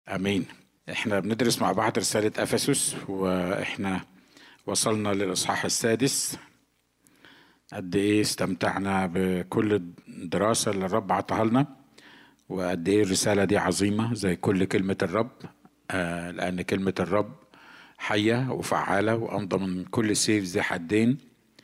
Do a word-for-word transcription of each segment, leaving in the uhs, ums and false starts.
امين. احنا بندرس مع بعض رسالة افسس، واحنا وصلنا للاصحاح السادس. قد ايه استمتعنا بكل الدراسة اللي الرب عطاها لنا، وقد ايه الرسالة دي عظيمة زي كل كلمة الرب. آه لان كلمة الرب حية وفعالة وامضى من كل سيف ذي حدين،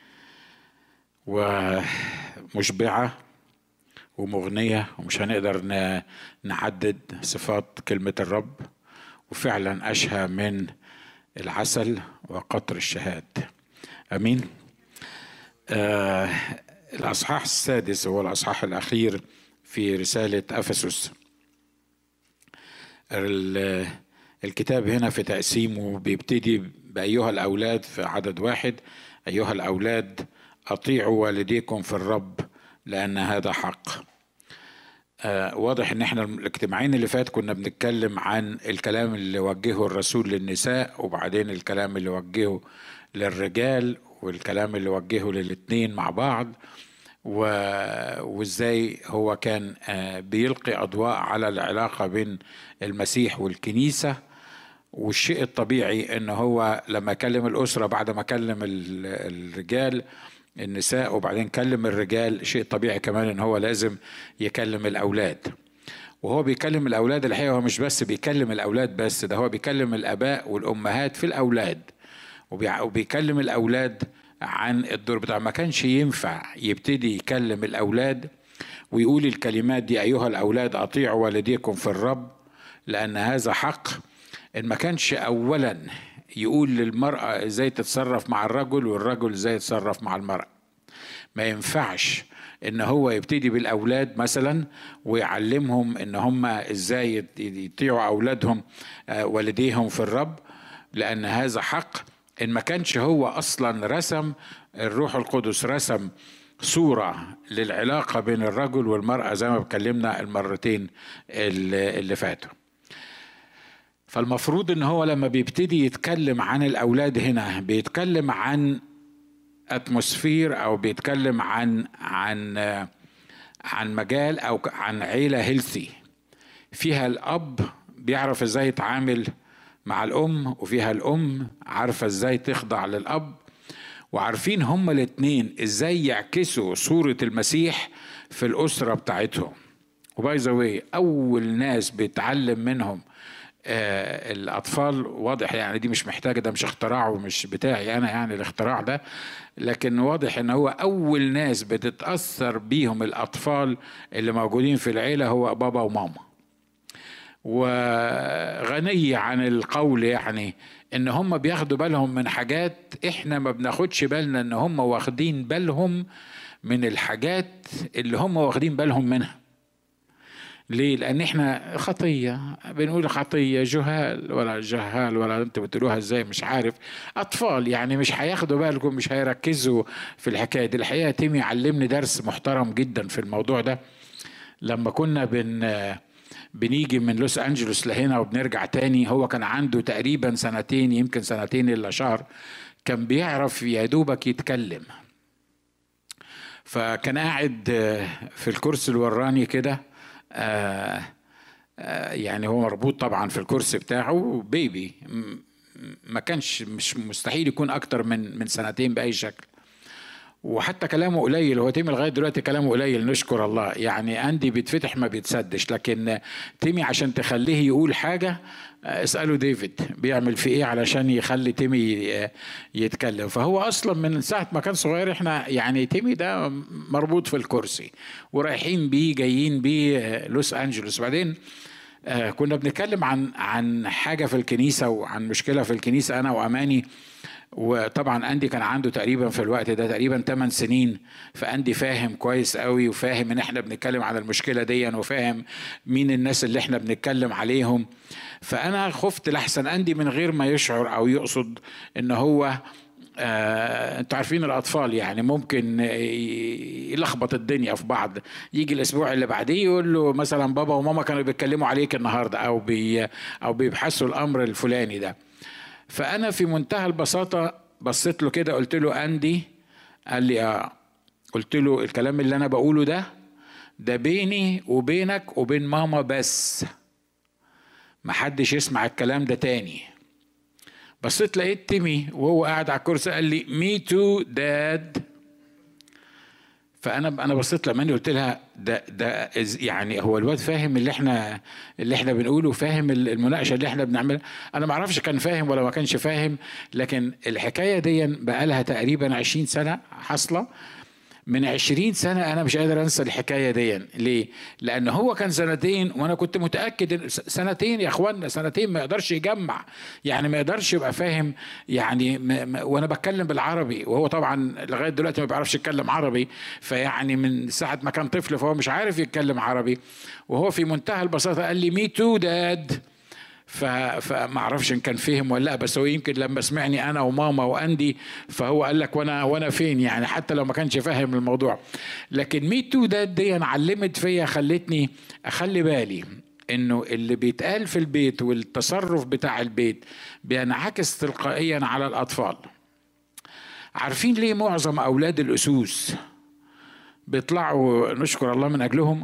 ومشبعة ومغنية، ومش هنقدر نعدد صفات كلمة الرب، وفعلا أشهى من العسل وقطر الشهاد. أمين. آه الأصحاح السادس هو الأصحاح الأخير في رسالة أفسس. الكتاب هنا في تقسيمه بيبتدي بأيها الأولاد في عدد واحد: أيها الأولاد أطيعوا والديكم في الرب لأن هذا حق. آه واضح ان احنا الاجتماعين اللي فات كنا بنتكلم عن الكلام اللي وجهه الرسول للنساء، وبعدين الكلام اللي وجهه للرجال، والكلام اللي وجهه للاتنين مع بعض، وازاي هو كان آه بيلقي اضواء على العلاقة بين المسيح والكنيسة. والشيء الطبيعي ان هو لما كلم الاسرة بعد ما كلم الرجال النساء وبعدين كلم الرجال، شيء طبيعي كمان ان هو لازم يكلم الاولاد. وهو بيكلم الاولاد الحقيقة هو مش بس بيكلم الاولاد بس، ده هو بيكلم الاباء والامهات في الاولاد، وبيكلم الاولاد عن الدور بتاعه. ما كانش ينفع يبتدي يكلم الاولاد ويقول الكلمات دي: ايها الاولاد اطيعوا والديكم في الرب لان هذا حق، ان ما كانش اولا يقول للمرأة ازاي تتصرف مع الرجل والرجل ازاي يتصرف مع المرأة. ما ينفعش ان هو يبتدي بالاولاد مثلا ويعلمهم ان هم ازاي يطيعوا اولادهم والديهم في الرب لان هذا حق، ان ما كانش هو اصلا رسم الروح القدس رسم صورة للعلاقة بين الرجل والمرأة زي ما بكلمنا المرتين اللي فاتوا. فالمفروض ان هو لما بيبتدي يتكلم عن الاولاد هنا بيتكلم عن اتموسفير، او بيتكلم عن عن عن مجال او عن عيلة هيلثي فيها الاب بيعرف ازاي يتعامل مع الام، وفيها الام عارفة ازاي تخضع للاب، وعارفين هما الاتنين ازاي يعكسوا صورة المسيح في الاسرة بتاعتهم. وباي ذا واي اول ناس بيتعلم منهم آه الأطفال، واضح يعني دي مش محتاجة، ده مش اختراع ومش بتاعي أنا يعني الاختراع ده، لكن واضح إن هو أول ناس بتتأثر بيهم الأطفال اللي موجودين في العيلة هو بابا وماما. وغني عن القول يعني إن هم بياخدوا بالهم من حاجات إحنا ما بناخدش بالنا إن هم واخدين بالهم من الحاجات اللي هم واخدين بالهم منها. ليه؟ لأن احنا خطية، بنقول خطية، جهال ولا جهال ولا انت بتقولوها ازاي مش عارف، أطفال يعني مش هياخدوا بالكم، مش هيركزوا في الحكاية دي. الحقيقة تيمي علمني درس محترم جدا في الموضوع ده لما كنا بن بنيجي من لوس أنجلوس لهنا وبنرجع تاني. هو كان عنده تقريبا سنتين، يمكن سنتين إلا شهر، كان بيعرف يا دوبك يتكلم. فكان قاعد في الكرسي الوراني كده، آه آه يعني هو مربوط طبعا في الكرسي بتاعه بيبي، ما كانش مش مستحيل يكون اكتر من من سنتين باي شكل، وحتى كلامه قليل. هو تيمي لغايه دلوقتي كلامه قليل نشكر الله، يعني اندي بيتفتح ما بيتسدش، لكن تيمي عشان تخليه يقول حاجه اساله ديفيد بيعمل في ايه علشان يخلي تيمي يتكلم. فهو اصلا من ساعه ما كان صغير احنا يعني تيمي ده مربوط في الكرسي ورايحين بيه جايين بيه لوس انجلوس. بعدين آه كنا بنتكلم عن عن حاجه في الكنيسه وعن مشكله في الكنيسه انا واماني، وطبعا اندي كان عنده تقريبا في الوقت ده تقريبا ثمان سنين، فاندي فاهم كويس قوي وفاهم ان احنا بنتكلم عن المشكله دي وفاهم مين الناس اللي احنا بنتكلم عليهم. فانا خفت لحسن اندي من غير ما يشعر او يقصد ان هو آه، انتوا عارفين الاطفال يعني ممكن يلخبط الدنيا في بعض، يجي الاسبوع اللي بعديه يقول له مثلا بابا وماما كانوا بيتكلموا عليك النهارده، او بي او بيبحثوا الامر الفلاني ده. فانا في منتهى البساطه بصيت له كده قلت له اندي، قال لي اه. قلت له الكلام اللي انا بقوله ده ده بيني وبينك وبين ماما بس، محدش يسمع الكلام ده تاني. بصيت لقيت تيمي وهو قاعد على الكرسي قال لي مي تو داد. فانا انا بصيت لماني قلت لها ده ده يعني هو الواد فاهم اللي احنا اللي احنا بنقوله، فاهم المناقشه اللي احنا بنعملها؟ انا ما اعرفش كان فاهم ولا ما كانش فاهم، لكن الحكايه دي بقى لها تقريبا عشرين سنه حاصله. من عشرين سنة أنا مش قادر أنسى الحكاية دي. ليه؟ لأن هو كان سنتين وأنا كنت متأكد سنتين يا أخوانا، سنتين ما يقدرش يجمع، يعني ما يقدرش يبقى فاهم يعني م... م... وأنا بتكلم بالعربي، وهو طبعا لغاية دلوقتي ما بيعرفش يتكلم عربي، فيعني من ساعة ما كان طفل فهو مش عارف يتكلم عربي، وهو في منتهى البساطة قال لي مي تو داد. فما اعرفش ان كان فهم ولا لا، بس هو يمكن لما سمعني انا وماما واندي فهو قال لك وانا وانا فين، يعني حتى لو ما كانش فاهم الموضوع. لكن مي تو ده دي علمت فيا، خلتني اخلي بالي انه اللي بيتقال في البيت والتصرف بتاع البيت بينعكس تلقائيا على الاطفال. عارفين ليه معظم اولاد الاسوس بيطلعوا نشكر الله من اجلهم؟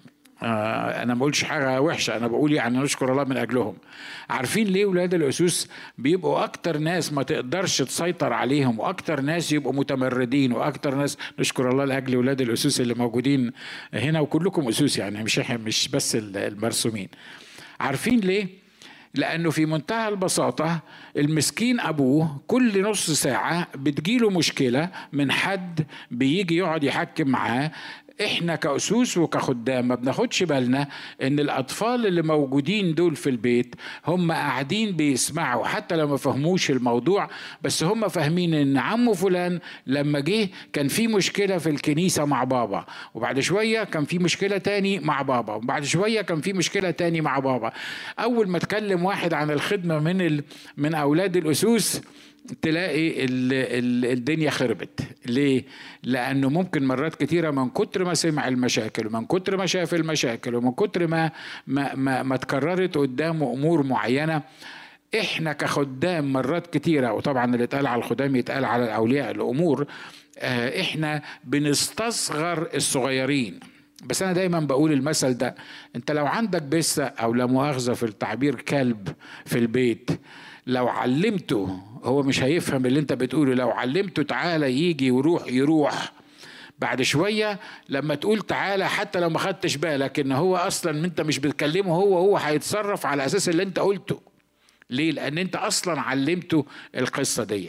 آه أنا ما بقولش حاجة وحشة، أنا بقول يعني نشكر الله من أجلهم. عارفين ليه ولاد الأسوس بيبقوا أكتر ناس ما تقدرش تسيطر عليهم، وأكتر ناس يبقوا متمردين، وأكتر ناس نشكر الله لأجل ولاد الأسوس اللي موجودين هنا، وكلكم أسوس يعني مش مش بس المرسومين. عارفين ليه؟ لأنه في منتهى البساطة المسكين أبوه كل نص ساعة بتجيله مشكلة من حد بيجي يقعد يحكم معاه. احنا كأسوس وكخدام ما بناخدش بالنا ان الاطفال اللي موجودين دول في البيت هم قاعدين بيسمعوا، حتى لو ما فهموش الموضوع، بس هم فاهمين ان عمه فلان لما جه كان في مشكلة في الكنيسة مع بابا، وبعد شوية كان في مشكلة تاني مع بابا، وبعد شوية كان في مشكلة تاني مع بابا. اول ما تكلم واحد عن الخدمة من ال... من اولاد الاسوس تلاقي ال ال الدنيا خربت. ليه؟ لأنه ممكن مرات كتيرة من كتر ما سمع المشاكل، ومن كتر ما شاف المشاكل، ومن كتر ما ما ما, ما تكررت قدامه أمور معينة. إحنا كخدام مرات كتيرة، وطبعا اللي اتقال على الخدام يتقال على الأولياء الأمور، آه إحنا بنستصغر الصغيرين. بس أنا دايما بقول المثل ده، أنت لو عندك بسة أو لا مؤاخذة في التعبير كلب في البيت، لو علمته هو مش هيفهم اللي انت بتقوله. لو علمته تعالى يجي وروح يروح، بعد شوية لما تقول تعالى حتى لو ما خدتش بالك ان هو اصلا انت مش بتكلمه، هو هو هيتصرف على اساس اللي انت قلته. ليه؟ لان انت اصلا علمته القصة دي.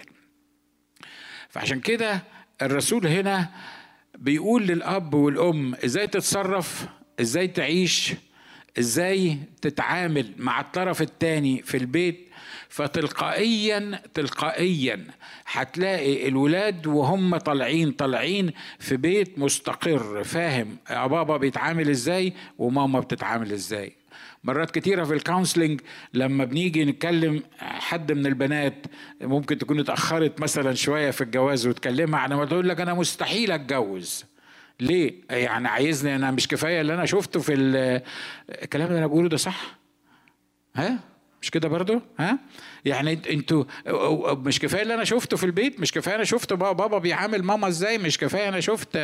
فعشان كده الرسول هنا بيقول للاب والام ازاي تتصرف، ازاي تعيش، ازاي تتعامل مع الطرف الثاني في البيت. فتلقائيا تلقائيا هتلاقي الولاد وهم طالعين طالعين في بيت مستقر، فاهم يا بابا بيتعامل ازاي وماما بتتعامل ازاي. مرات كتيرة في الكونسلنج لما بنيجي نتكلم حد من البنات ممكن تكون اتأخرت مثلا شوية في الجواز وتكلمها عن ما تقول لك أنا مستحيل أتجوز. ليه؟ يعني عايزني أنا؟ مش كفاية اللي أنا شفته في الكلام اللي أنا بقوله ده صح؟ ها؟ مش كده برضو؟ ها؟ يعني انتوا مش كفاية اللي أنا شفته في البيت؟ مش كفاية أنا شفت بابا, بابا بيعامل ماما إزاي؟ مش كفاية أنا شفت.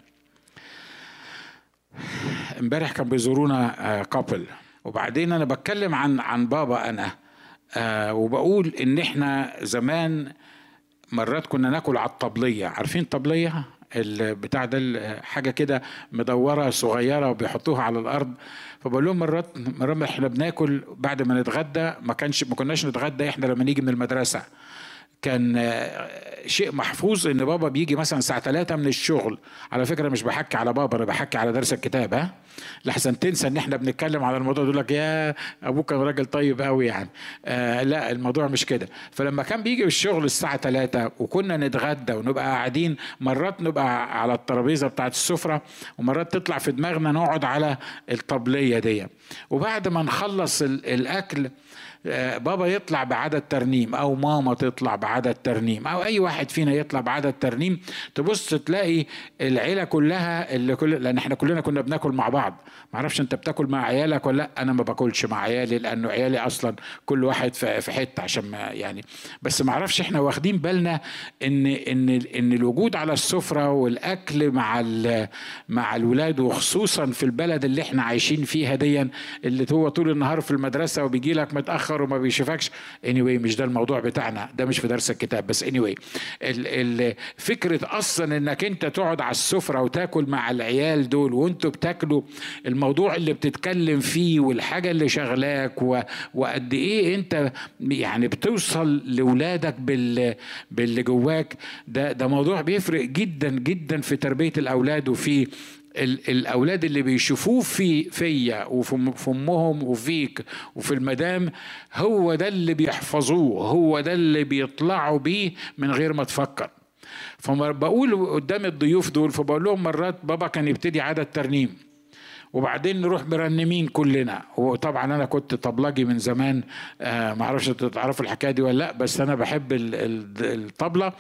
امبارح كان بيزورونا كابل، وبعدين أنا بتكلم عن عن بابا أنا، وبقول إن إحنا زمان مرات كنا ناكل على الطبلية. عارفين الطبلية؟ البتاع ده حاجة كده مدورة صغيرة وبيحطوها على الأرض. فبقول لهم مرات مرات احنا بناكل بعد ما نتغدى، ما كانش ما كناش نتغدى احنا لما نيجي من المدرسة. كان شيء محفوظ ان بابا بيجي مثلا الساعه ثلاثة من الشغل. على فكره مش بحكي على بابا، انا بحكي على درس الكتاب، ها لحسن تنسى ان احنا بنتكلم على الموضوع يقول لك يا ابوك كان راجل طيب قوي يعني. آه لا الموضوع مش كده. فلما كان بيجي الشغل الساعه ثلاثة وكنا نتغدى ونبقى قاعدين، مرات نبقى على الترابيزه بتاعه السفره، ومرات تطلع في دماغنا نقعد على الطبليه دي. وبعد ما نخلص الاكل بابا يطلع بعدد ترنيم او ماما تطلع بعدد ترنيم، او اي واحد فينا يطلع بعدد ترنيم، تبص تلاقي العيله كلها اللي كل لان احنا كلنا كنا بناكل مع بعض. ما اعرفش انت بتاكل مع عيالك ولا لا، انا ما باكلش مع عيالي لانه عيالي اصلا كل واحد في حته عشان ما يعني، بس ما اعرفش احنا واخدين بالنا ان ان ان الوجود على السفره والاكل مع مع الولاد، وخصوصا في البلد اللي احنا عايشين فيها دي، اللي هو طول النهار في المدرسه وبيجي لك متاخر وما بيشوفكش. anyway مش ده الموضوع بتاعنا، ده مش في درس الكتاب، بس anyway فكره اصلا انك انت تقعد على السفره وتاكل مع العيال دول وانتوا بتاكلوا، الموضوع اللي بتتكلم فيه والحاجه اللي شغلاك وقد ايه انت يعني بتوصل لاولادك بال باللي جواك، ده ده موضوع بيفرق جدا جدا في تربيه الاولاد وفي الاولاد اللي بيشوفوه في فيا وفي امهم وفيك وفي المدام، هو ده اللي بيحفظوه، هو ده اللي بيطلعوا بيه من غير ما تفكر. فما بقول قدام الضيوف دول، فبقول لهم مرات بابا كان يبتدي عدد ترنيم وبعدين نروح مرنمين كلنا. وطبعا انا كنت طبلجي من زمان، آه ما اعرفش تعرفوا الحكايه دي ولا لا، بس انا بحب الطبله.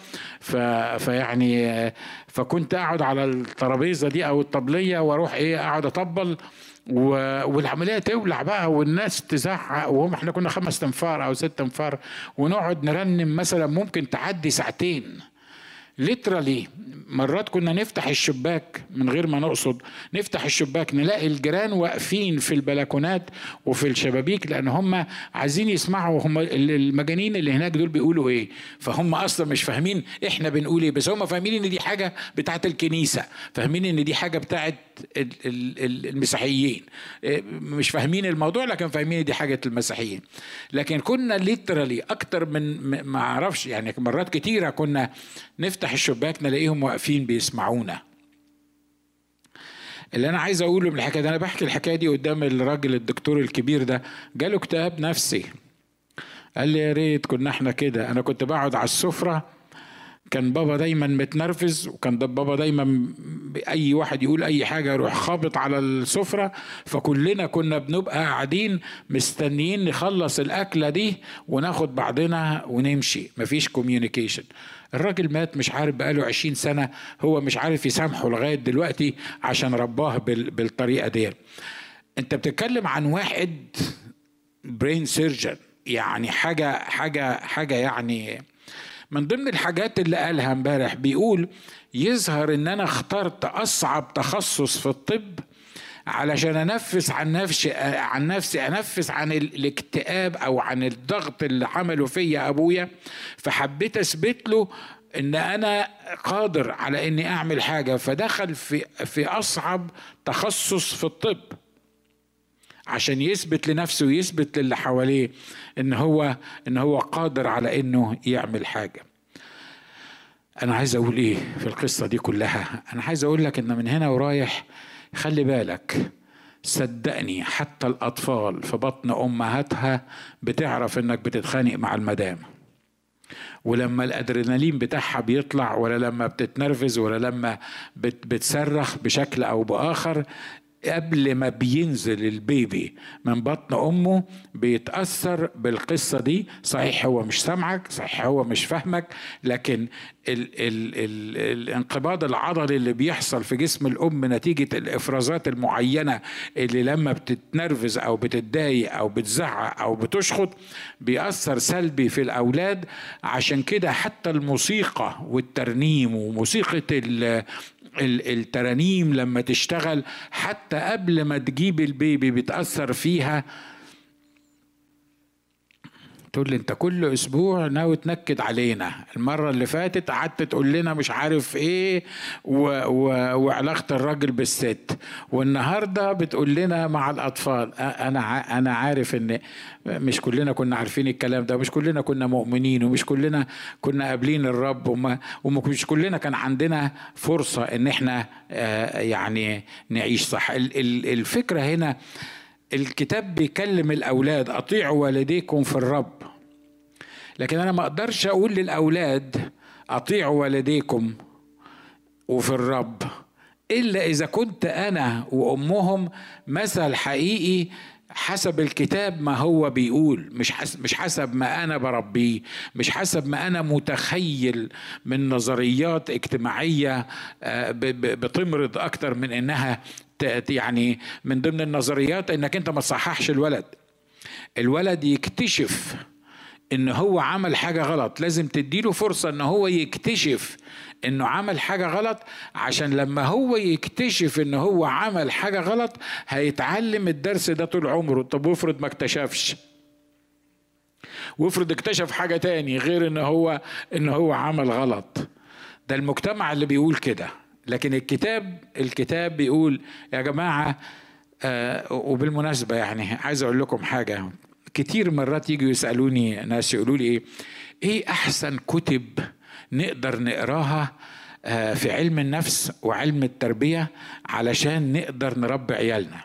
فيعني آه فكنت اقعد على الترابيزه دي او الطبليه واروح ايه اقعد اطبل، والعمليه تولع بقى والناس تزعق، وهم احنا كنا خمس تنفار او ست تنفار، ونقعد نرنم مثلا ممكن تعدي ساعتين ليترالي. مرات كنا نفتح الشباك من غير ما نقصد، نفتح الشباك نلاقي الجيران واقفين في البلكونات وفي الشبابيك، لان هم عايزين يسمعوا هم المجانين اللي هناك دول بيقولوا ايه. فهم اصلا مش فاهمين احنا بنقول ايه، بس هم فاهمين ان دي حاجه بتاعت الكنيسه، فاهمين ان دي حاجه بتاعت المسيحيين، مش فاهمين الموضوع لكن فاهمين دي حاجه المسيحيين. لكن كنا ليترالي اكتر من ما اعرفش يعني مرات كتيره كنا نفتح الشباك نلاقيهم واقفين بيسمعونا. اللي انا عايز اقوله من الحكايه دي، انا بحكي الحكايه دي قدام الراجل الدكتور الكبير ده، جاله اكتئاب نفسي، قال لي يا ريت كنا احنا كده. انا كنت بقعد على السفره، كان بابا دايما متنرفز، وكان بابا دايما اي واحد يقول اي حاجه يروح خابط على السفره، فكلنا كنا بنبقى قاعدين مستنيين نخلص الاكله دي وناخد بعضنا ونمشي، مفيش كوميونيكيشن. الراجل مات مش عارف بقاله عشرين سنه، هو مش عارف يسامحه لغايه دلوقتي عشان رباه بالطريقه دي. انت بتتكلم عن واحد برين سيرجن، يعني حاجه حاجه حاجه يعني. من ضمن الحاجات اللي قالها امبارح بيقول يظهر ان انا اخترت اصعب تخصص في الطب علشان انفس عن نفسي عن نفسي انفس عن الاكتئاب او عن الضغط اللي عمله فيا ابويا، فحبيت اثبت له ان انا قادر على اني اعمل حاجه، فدخل في في اصعب تخصص في الطب عشان يثبت لنفسه ويثبت للي حواليه ان هو ان هو قادر على انه يعمل حاجه. انا عايز اقول ايه في القصه دي كلها؟ انا عايز اقول لك ان من هنا ورايح خلي بالك، صدقني حتى الاطفال في بطن امهاتها بتعرف انك بتتخانق مع المدام، ولما الادرينالين بتاعها بيطلع، ولا لما بتتنرفز، ولا لما بتصرخ بشكل او باخر، قبل ما بينزل البيبي من بطن أمه بيتأثر بالقصة دي. صحيح هو مش سامعك، صحيح هو مش فاهمك، لكن ال ال ال الانقباض العضلي اللي بيحصل في جسم الأم نتيجة الإفرازات المعينة اللي لما بتتنرفز أو بتتضايق أو بتزعق أو بتشخط بيأثر سلبي في الأولاد. عشان كده حتى الموسيقى والترنيم وموسيقى الترانيم لما تشتغل حتى قبل ما تجيب البيبي بتأثر فيها. تقول لي انت كل اسبوع ناوي تنكد علينا، المرة اللي فاتت قعدت تقول لنا مش عارف ايه و... و... وعلاقة الراجل بالست، والنهاردة بتقول لنا مع الاطفال. انا ع... انا عارف ان مش كلنا كنا عارفين الكلام ده، ومش كلنا كنا مؤمنين، ومش كلنا كنا قابلين الرب، وما... ومش كلنا كان عندنا فرصة ان احنا آه يعني نعيش صح. ال... ال... الفكرة هنا الكتاب بيكلم الأولاد أطيعوا والديكم في الرب، لكن أنا ما أقدرش أقول للأولاد أطيعوا والديكم وفي الرب إلا إذا كنت أنا وأمهم مثل حقيقي حسب الكتاب ما هو بيقول، مش حسب مش حسب ما انا بربيه، مش حسب ما انا متخيل من نظريات اجتماعيه بتمرض اكتر من انها يعني من ضمن النظريات انك انت ما تصححش الولد. الولد يكتشف ان هو عمل حاجة غلط، لازم تديله فرصة ان هو يكتشف انه عمل حاجة غلط، عشان لما هو يكتشف ان هو عمل حاجة غلط هيتعلم الدرس ده طول عمره. طب وافرض ما اكتشفش، وافرض اكتشف حاجة تاني غير ان هو ان هو عمل غلط؟ ده المجتمع اللي بيقول كده، لكن الكتاب الكتاب بيقول يا جماعة. آه وبالمناسبة يعني عايز اقول لكم حاجة، كتير مرات يجوا يسألوني ناس يقولوا لي ايه ايه احسن كتب نقدر نقراها آه في علم النفس وعلم التربية علشان نقدر نربي عيالنا.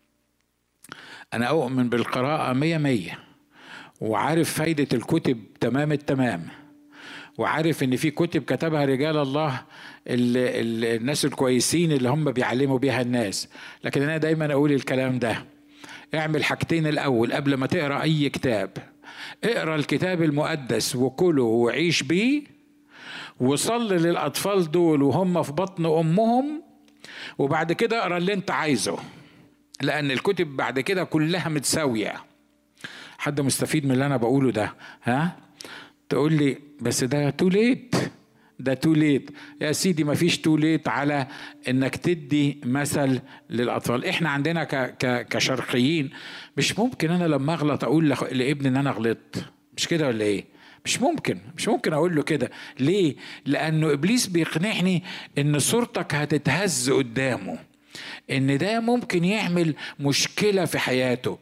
انا اؤمن بالقراءة مية مية، وعارف فايدة الكتب تمام التمام، وعارف ان في كتب كتبها رجال الله ال ال الناس الكويسين اللي هم بيعلموا بيها الناس. لكن انا دايما اقول الكلام ده، اعمل حاجتين الاول قبل ما تقرأ اي كتاب. اقرأ الكتاب المقدس وكله وعيش بيه، وصل للاطفال دول وهم في بطن امهم، وبعد كده اقرأ اللي انت عايزه، لان الكتب بعد كده كلها متساوية. حد مستفيد من اللي انا بقوله ده؟ ها تقول لي بس ده تو ليت، ده تو ليت يا سيدي. ما فيش تو ليت على انك تدي مثل للاطفال. احنا عندنا ك ك كشرقيين مش ممكن انا لما اغلط اقول لابني ان انا غلطت، مش كده ولا ايه؟ مش ممكن مش ممكن اقول له كده. ليه؟ لانه ابليس بيقنعني ان صورتك هتتهز قدامه، ان ده ممكن يعمل مشكلة في حياته.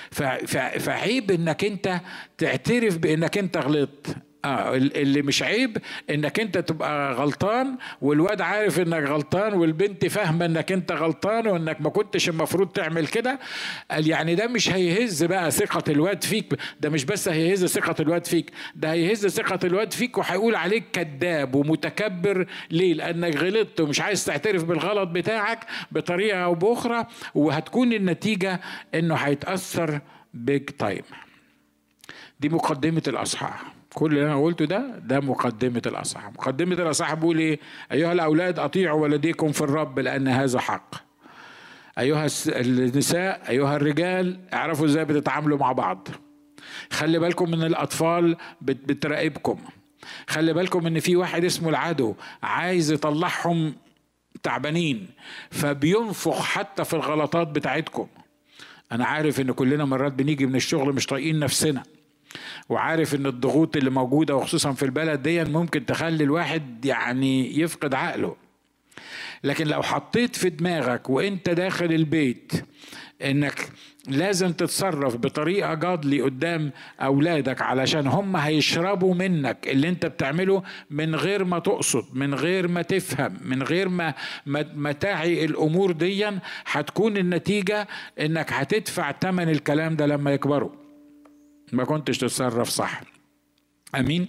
فعيب انك انت تعترف بانك انت غلطت. اه اللي مش عيب انك انت تبقى غلطان والواد عارف انك غلطان والبنت فاهمه انك انت غلطان وانك ما كنتش المفروض تعمل كده. قال يعني ده مش هيهز بقى ثقه الواد فيك، ده مش بس هيهز ثقه الواد فيك، ده هيهز ثقه الواد فيك وهيقول عليك كذاب ومتكبر. ليه؟ لانك غلطت ومش عايز تعترف بالغلط بتاعك بطريقه او باخرى، وهتكون النتيجه انه هيتاثر بيج تايم. دي مقدمه الاصحاح. كل اللي انا قلته ده ده مقدمه الاصحاح. مقدمه الاصحاح بيقول ايه؟ ايها الاولاد اطيعوا والديكم في الرب لان هذا حق. ايها النساء ايها الرجال اعرفوا ازاي بتتعاملوا مع بعض. خلي بالكم من الاطفال بتراقبكم. خلي بالكم ان في واحد اسمه العدو عايز يطلعهم تعبانين، فبينفخ حتى في الغلطات بتاعتكم. انا عارف ان كلنا مرات بنيجي من الشغل مش طايقين نفسنا، وعارف ان الضغوط اللي موجودة وخصوصا في البلد دي ممكن تخلي الواحد يعني يفقد عقله. لكن لو حطيت في دماغك وانت داخل البيت انك لازم تتصرف بطريقة جادلي قدام اولادك علشان هم هيشربوا منك اللي انت بتعمله من غير ما تقصد، من غير ما تفهم، من غير ما ما تعي الامور دي، هتكون النتيجة انك هتدفع ثمن الكلام ده لما يكبروا، ما كنتش تتصرف صح. امين.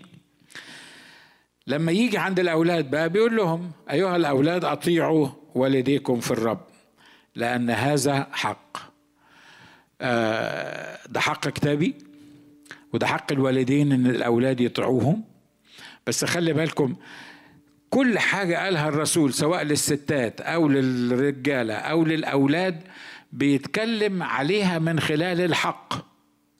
لما يجي عند الاولاد بقى بيقول لهم ايها الاولاد اطيعوا والديكم في الرب لان هذا حق. آه ده حق كتابي، وده حق الوالدين ان الاولاد يطيعوهم. بس خلي بالكم كل حاجة قالها الرسول سواء للستات او للرجالة او للاولاد بيتكلم عليها من خلال الحق،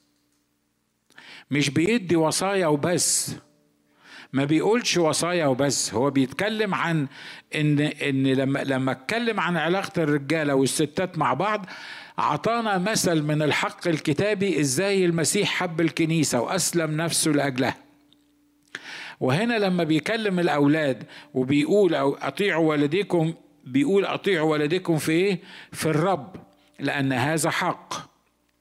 مش بيدي وصايا وبس، ما بيقولش وصايا وبس. هو بيتكلم عن ان ان لما لما اتكلم عن علاقة الرجالة والستات مع بعض عطانا مثل من الحق الكتابي ازاي المسيح حب الكنيسة واسلم نفسه لاجلها. وهنا لما بيكلم الاولاد وبيقول او اطيعوا والديكم، بيقول اطيعوا والديكم في ايه؟ في الرب لان هذا حق.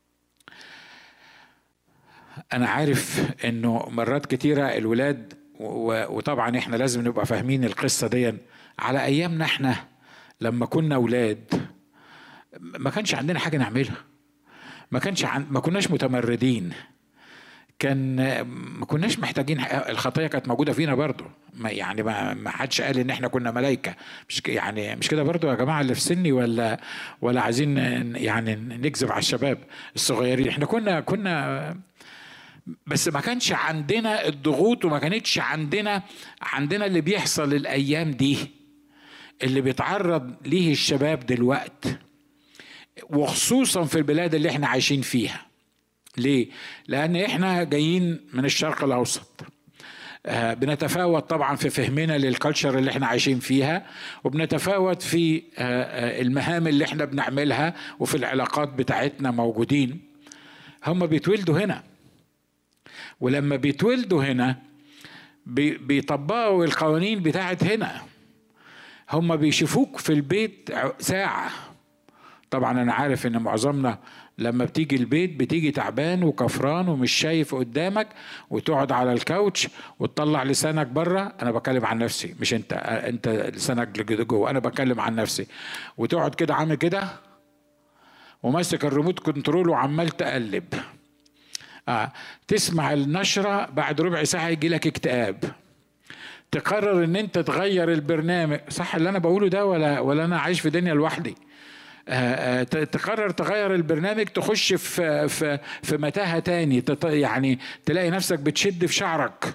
أنا عارف إنه مرات كتيرة الولاد، وطبعا إحنا لازم نبقى فاهمين القصة دي، على أيامنا إحنا لما كنا أولاد ما كانش عندنا حاجة نعملها، ما كانش عن... ما كناش متمردين. كان ما كناش محتاجين، الخطيه كانت موجوده فينا برضو، ما يعني ما ما حدش قال ان احنا كنا ملائكه، مش يعني مش كده برضو يا جماعه اللي في سني، ولا ولا عايزين يعني نكذب على الشباب الصغيرين؟ احنا كنا كنا بس ما كانش عندنا الضغوط، وما كانتش عندنا عندنا اللي بيحصل الايام دي اللي بيتعرض ليه الشباب دلوقت، وخصوصا في البلاد اللي احنا عايشين فيها. ليه؟ لأن احنا جايين من الشرق الأوسط، آه بنتفاوت طبعا في فهمنا للكالتشر اللي احنا عايشين فيها، وبنتفاوت في آه آه المهام اللي احنا بنعملها، وفي العلاقات بتاعتنا موجودين. هم بيتولدوا هنا، ولما بيتولدوا هنا بي بيطبقوا القوانين بتاعت هنا. هم بيشوفوك في البيت ساعة. طبعا أنا عارف إن معظمنا لما بتيجي البيت بتيجي تعبان وكفران ومش شايف قدامك، وتقعد على الكاوتش وتطلع لسانك بره. أنا بكلم عن نفسي، مش أنت، أنت لسانك جوه، أنا بكلم عن نفسي. وتقعد كده عامل كده وماسك الريموت كنترول وعمال تقلب. آه. تسمع النشرة بعد ربع ساعة يجي لك اكتئاب. تقرر ان انت تغير البرنامج، صح اللي انا بقوله ده ولا ولا انا عايش في دنيا لوحدي؟ آه تقرر تغير البرنامج، تخش في في في متاهة تاني، يعني تلاقي نفسك بتشد في شعرك.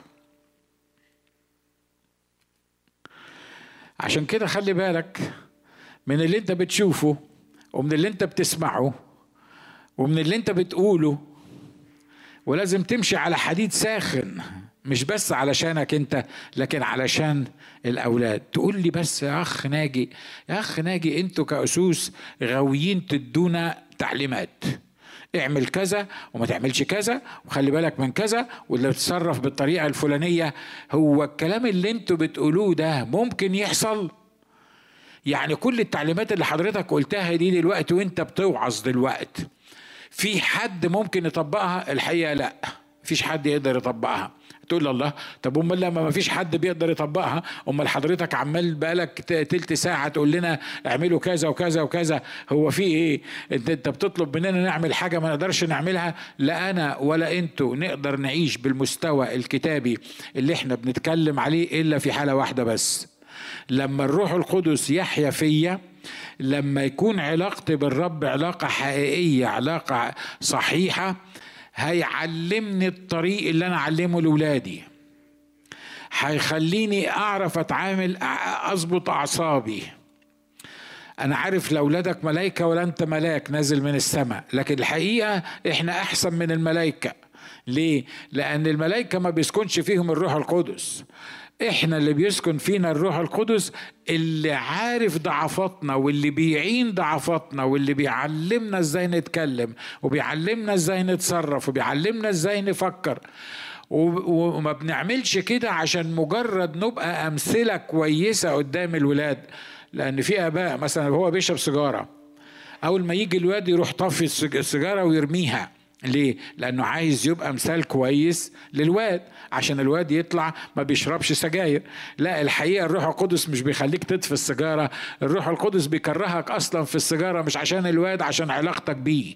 عشان كده خلي بالك من اللي انت بتشوفه، ومن اللي انت بتسمعه، ومن اللي انت بتقوله. ولازم تمشي على حديد ساخن، مش بس علشانك انت لكن علشان الاولاد. تقول لي بس يا اخ ناجي، يا اخ ناجي انتوا كأسوس غاويين تدونا تعليمات، اعمل كذا وما تعملش كذا، وخلي بالك من كذا، واللي تتصرف بالطريقة الفلانية. هو الكلام اللي انتوا بتقولوه ده ممكن يحصل؟ يعني كل التعليمات اللي حضرتك قلتها دي دلوقتي وانت بتوعظ دلوقتي، في حد ممكن يطبقها؟ الحقيقة لا، مفيش حد يقدر يطبقها. تقول الله، طب امال لما ما فيش حد بيقدر يطبقها، امال حضرتك عمال بقالك تلت ساعه تقول لنا اعملوا كذا وكذا وكذا؟ هو في ايه؟ انت انت بتطلب مننا نعمل حاجه ما نقدرش نعملها؟ لا انا ولا انتوا نقدر نعيش بالمستوى الكتابي اللي احنا بنتكلم عليه الا في حاله واحده بس، لما الروح القدس يحيا فيا، لما يكون علاقتي بالرب علاقه حقيقيه، علاقه صحيحه، هيعلمني الطريق اللي انا اعلمه لاولادي، هيخليني اعرف اتعامل، اضبط اعصابي. انا عارف لاولادك ملائكه ولا انت ملاك نازل من السماء، لكن الحقيقه احنا احسن من الملائكه. ليه؟ لان الملائكه ما بيسكنش فيهم الروح القدس، احنا اللي بيسكن فينا الروح القدس، اللي عارف ضعفاتنا واللي بيعين ضعفاتنا واللي بيعلمنا ازاي نتكلم وبيعلمنا ازاي نتصرف وبيعلمنا ازاي نفكر. وما بنعملش كده عشان مجرد نبقى امثلة كويسة قدام الولاد، لان في اباء مثلا هو بيشرب سيجارة، اول ما يجي الواد يروح طفي السيجارة ويرميها. ليه؟ لأنه عايز يبقى مثال كويس للواد عشان الواد يطلع ما بيشربش سجاير. لا، الحقيقة الروح القدس مش بيخليك تطفي السيجارة، الروح القدس بيكرهك أصلا في السيجارة، مش عشان الواد، عشان علاقتك بيه.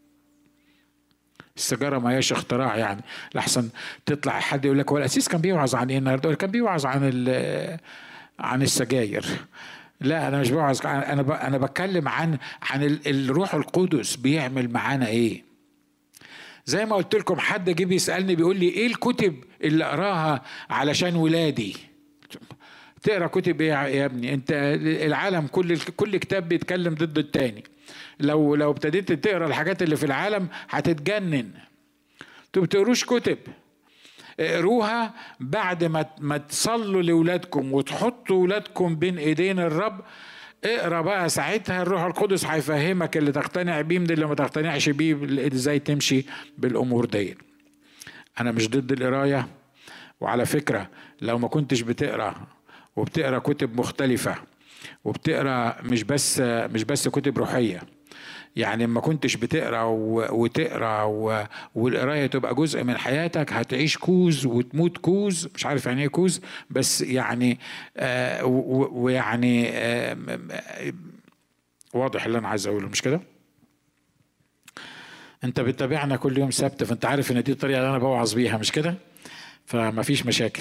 السيجارة ما هيش اختراع يعني، لحسن تطلع حد يقول لك هو الأسيس كان بيوعظ عن ايه النهارده؟ كان بيوعظ عن عن السجاير. لا انا مش بوعظ، انا انا بتكلم عن عن الروح القدس بيعمل معانا ايه. زي ما قلت لكم، حد جه بيسألني بيقول لي ايه الكتب اللي اقراها علشان ولادي؟ تقرا كتب ايه يا ابني؟ انت العالم كل كل كتاب بيتكلم ضد التاني. لو لو ابتديت تقرا الحاجات اللي في العالم هتتجنن. انتوا بتقروش كتب، اقروها بعد ما ما تصلوا لاولادكم وتحطوا ولادكم بين ايدين الرب. اقرا بقى، ساعتها الروح القدس هيفهمك اللي تقتنع بيه من اللي ما تقتنعش بيه، ازاي تمشي بالامور دي. انا مش ضد القرايه، وعلى فكره لو ما كنتش بتقرا وبتقرا كتب مختلفه، وبتقرا مش بس مش بس كتب روحيه، يعني ما كنتش بتقرا وتقرا والقرايه تبقى جزء من حياتك، هتعيش كوز وتموت كوز. مش عارف يعني ايه كوز، بس يعني آه ويعني آه واضح اللي انا عايز اقوله، مش كده؟ انت بتتابعنا كل يوم سبت، فانت عارف ان دي الطريقه اللي انا بوعظ بيها، مش كده؟ فما فيش مشاكل.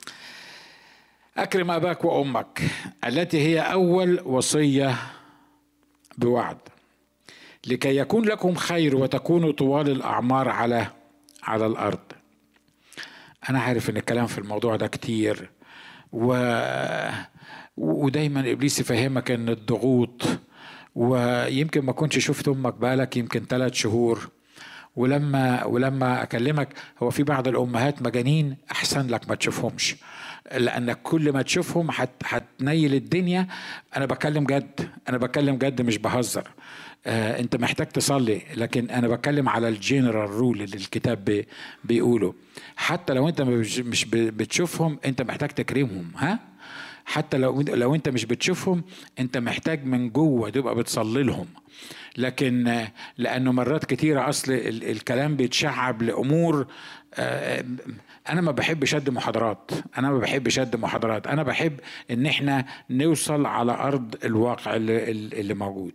اكرم اباك وامك التي هي اول وصيه بوعد، لكي يكون لكم خير وتكونوا طوال الاعمار على على الارض. انا عارف ان الكلام في الموضوع ده كتير، و ودايما ابليس يفهمك ان الضغوط، ويمكن ما كنتش شفت امك بالك يمكن ثلاث شهور، ولما ولما اكلمك هو في بعض الامهات مجانين، احسن لك ما تشوفهمش، لانك كل ما تشوفهم هتنيل الدنيا. انا بكلم جد، انا بكلم جد مش بهزر. آه انت محتاج تصلي، لكن انا بتكلم على الجنرال رول اللي الكتاب بي بيقوله. حتى لو انت مش بتشوفهم انت محتاج تكرمهم. ها حتى لو لو انت مش بتشوفهم انت محتاج من جوه تبقى بتصلي لهم. لكن لانه مرات كتيره اصل الكلام بيتشعب لامور. انا ما بحبش ادي محاضرات، انا ما بحبش ادي محاضرات، انا بحب ان احنا نوصل على ارض الواقع اللي, اللي موجود.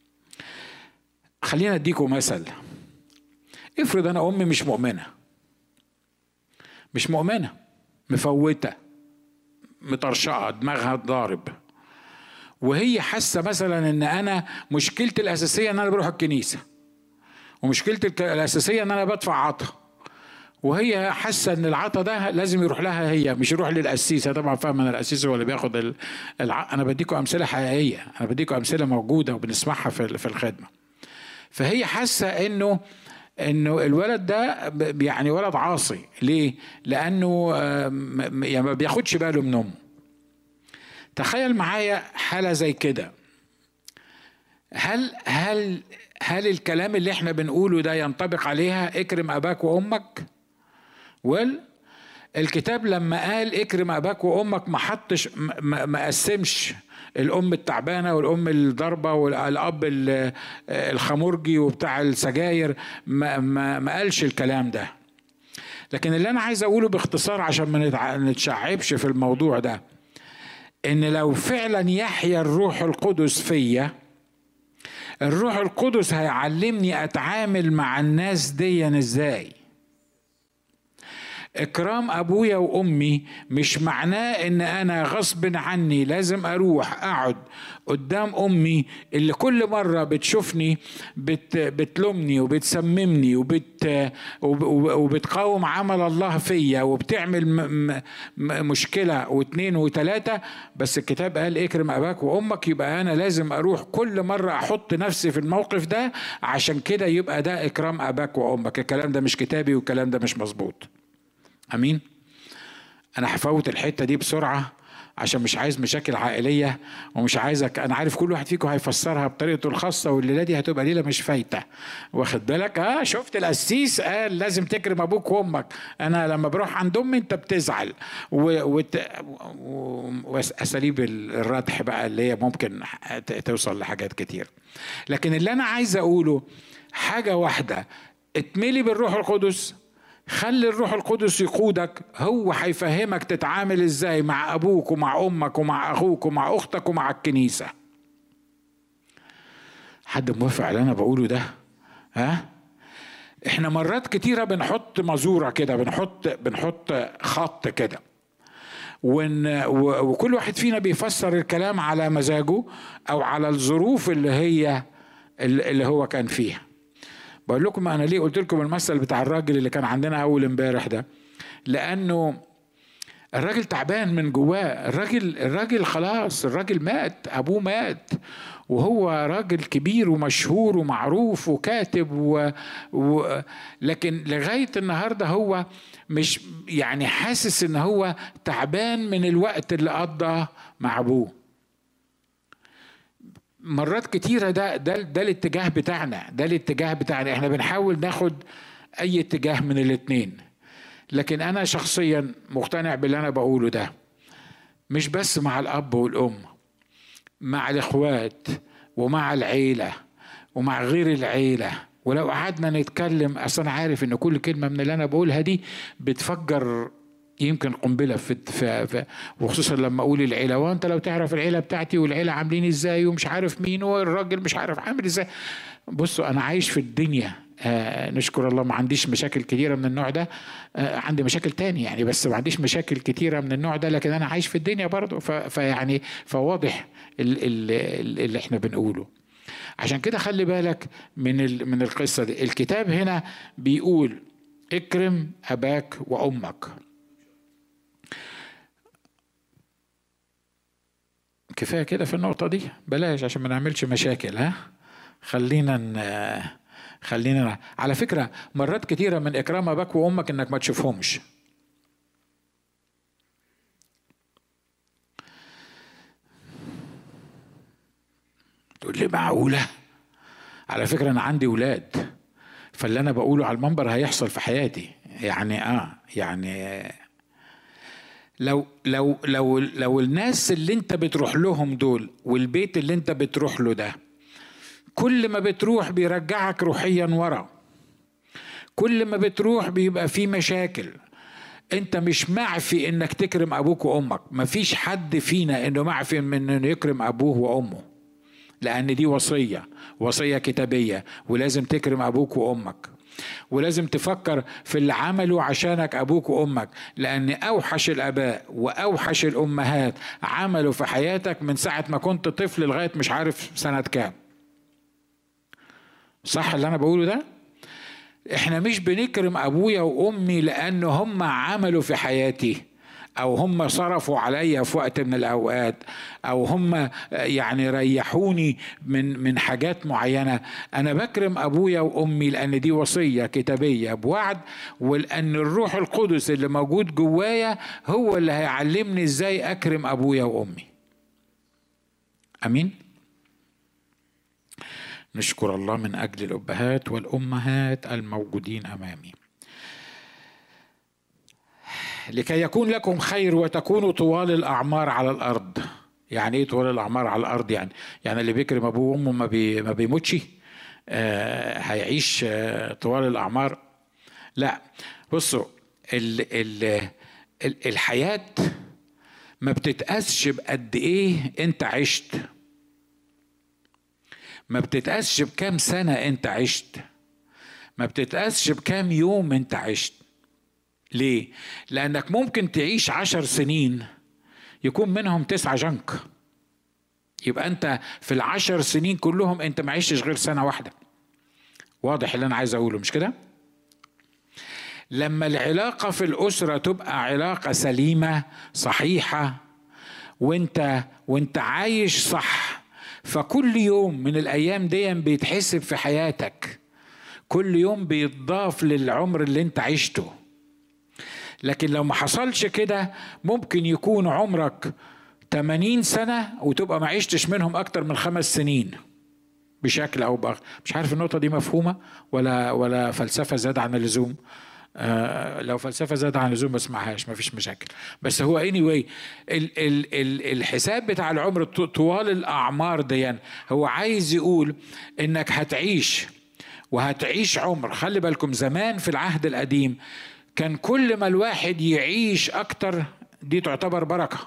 خلينا اديكم مثل. افرض انا امي مش مؤمنه، مش مؤمنه مفوته مطرشقه دماغها ضارب، وهي حاسه مثلا ان انا مشكلتي الاساسيه ان انا بروح الكنيسه، ومشكلتي الاساسيه ان انا بدفع عطا، وهي حاسه ان العطا ده لازم يروح لها هي، مش يروح للقسيس. طبعا فاهم ان القسيس هو اللي بياخد الع... انا بديكم امثله حقيقيه، انا بديكم امثله موجوده وبنسمعها في في الخدمه. فهي حاسه انه انه الولد ده يعني ولد عاصي. ليه؟ لانه يعني ما بياخدش باله من امه. تخيل معايا حاله زي كده. هل هل هل الكلام اللي احنا بنقوله ده ينطبق عليها؟ اكرم اباك وامك. وال الكتاب لما قال اكرم اباك وامك ما حطش ما قسمش الام التعبانه والام الضربه والاب الخمرجي وبتاع السجاير، ما, ما, ما قالش الكلام ده. لكن اللي انا عايز اقوله باختصار عشان ما نتشعبش في الموضوع ده، ان لو فعلا يحيا الروح القدس فيا، الروح القدس هيعلمني اتعامل مع الناس دي ازاي. اكرام ابويا وامي مش معناه ان انا غصب عني لازم اروح اقعد قدام امي اللي كل مره بتشوفني بت بتلومني وبتسممني وبت وبتقاوم عمل الله فيا وبتعمل م م مشكله واثنين وثلاثه. بس الكتاب قال اكرم اباك وامك، يبقى انا لازم اروح كل مره احط نفسي في الموقف ده، عشان كده يبقى ده اكرام اباك وامك. الكلام ده مش كتابي والكلام ده مش مظبوط. امين. انا هفوت الحته دي بسرعه عشان مش عايز مشاكل عائليه، ومش عايزك، انا عارف كل واحد فيكم هيفسرها بطريقته الخاصه، والليله دي هتبقى ليله مش فايته. واخد بالك؟ اه شفت القسيس قال لازم تكرم ابوك وامك، انا لما بروح عند امي انت بتزعل، واساليب الردح بقى اللي هي ممكن توصل لحاجات كتير. لكن اللي انا عايز اقوله حاجه واحده، اتملي بالروح القدس، خلي الروح القدس يقودك، هو هيفهمك تتعامل ازاي مع ابوك ومع امك ومع اخوك ومع اختك ومع الكنيسة. حد موافق على انا بقوله ده؟ ها؟ احنا مرات كتيرة بنحط مزورة كده، بنحط بنحط خط كده، وكل واحد فينا بيفسر الكلام على مزاجه او على الظروف اللي هي اللي هو كان فيها. بقول لكم انا ليه قلت لكم المثل بتاع الراجل اللي كان عندنا اول امبارح ده؟ لانه الراجل تعبان من جواه. الراجل الراجل خلاص، الراجل مات، ابوه مات، وهو راجل كبير ومشهور ومعروف وكاتب و... و... لكن لغاية النهاردة هو مش يعني حاسس ان هو تعبان من الوقت اللي قضى مع ابوه. مرات كتيرة ده ده ده الاتجاه بتاعنا، ده الاتجاه بتاعنا. احنا بنحاول ناخد اي اتجاه من الاتنين، لكن انا شخصيا مقتنع باللي انا بقوله ده، مش بس مع الاب والام، مع الاخوات ومع العيلة ومع غير العيلة. ولو قعدنا نتكلم، اصلا عارف ان كل كلمة من اللي انا بقولها دي بتفجر يمكن قنبله في, في, في وخصوصا لما اقول العيله، وانت لو تعرف العيله بتاعتي والعيله عاملين ازاي ومش عارف مين والراجل مش عارف عامل ازاي. بصوا انا عايش في الدنيا، آه نشكر الله ما عنديش مشاكل كتيره من النوع ده، آه عندي مشاكل تاني يعني بس ما عنديش مشاكل كتيره من النوع ده، لكن انا عايش في الدنيا برضه. فيعني فواضح اللي احنا بنقوله. عشان كده خلي بالك من من القصه دي. الكتاب هنا بيقول اكرم اباك وامك. كفايه كده في النقطه دي، بلاش عشان ما نعملش مشاكل. ها خلينا ن... خلينا على فكره مرات كتيره من اكرام اباك وامك انك ما تشوفهمش. تقول لي معقوله؟ على فكره انا عندي ولاد، فاللي انا بقوله على المنبر هيحصل في حياتي. يعني اه يعني لو لو لو لو الناس اللي انت بتروح لهم دول والبيت اللي انت بتروح له ده كل ما بتروح بيرجعك روحيا ورا، كل ما بتروح بيبقى في مشاكل، انت مش معفي انك تكرم ابوك وامك. مفيش حد فينا انه معفي من انه يكرم ابوه وامه، لان دي وصية وصية كتابية، ولازم تكرم ابوك وامك، ولازم تفكر في اللي عملوا عشانك ابوك وامك، لان اوحش الاباء واوحش الامهات عملوا في حياتك من ساعة ما كنت طفل لغاية مش عارف سنة كام. صح اللي انا بقوله ده؟ احنا مش بنكرم ابويا وامي لانه هم عملوا في حياتي او هم صرفوا عليا في وقت من الاوقات او هم يعني ريحوني من من حاجات معينه. انا بكرم ابويا وامي لان دي وصيه كتابيه بوعد، ولان الروح القدس اللي موجود جوايا هو اللي هيعلمني ازاي اكرم ابويا وامي. امين. نشكر الله من اجل الابهات والامهات الموجودين امامي. لكي يكون لكم خير وتكونوا طوال الأعمار على الأرض. يعني إيه طوال الأعمار على الأرض؟ يعني يعني اللي بيكرم أبوه وأمه ما, بي ما بيموتش، آه هيعيش آه طوال الأعمار؟ لا. بصوا ال ال ال الحياة ما بتتقاسش بقد إيه أنت عشت، ما بتتقاسش بكام سنة أنت عشت، ما بتتقاسش بكام يوم أنت عشت. ليه؟ لأنك ممكن تعيش عشر سنين يكون منهم تسعة جنك، يبقى أنت في العشر سنين كلهم أنت ما عيشتش غير سنة واحدة. واضح اللي أنا عايز أقوله مش كده؟ لما العلاقة في الأسرة تبقى علاقة سليمة صحيحة وأنت وأنت عايش صح، فكل يوم من الأيام دي بيتحسب في حياتك، كل يوم بيتضاف للعمر اللي أنت عشته. لكن لو ما حصلش كده ممكن يكون عمرك ثمانين سنة وتبقى ما عشتش منهم أكتر من خمس سنين بشكل أو بآخر. مش عارف النقطة دي مفهومة ولا ولا فلسفة زاد عن اللزوم؟ آه لو فلسفة زاد عن اللزوم ما اسمعهاش، ما فيش مشاكل. بس هو anyway ال ال ال الحساب بتاع العمر طوال الأعمار دي هو عايز يقول إنك هتعيش وهتعيش عمر. خلي بالكم زمان في العهد القديم كان كل ما الواحد يعيش أكتر دي تعتبر بركة.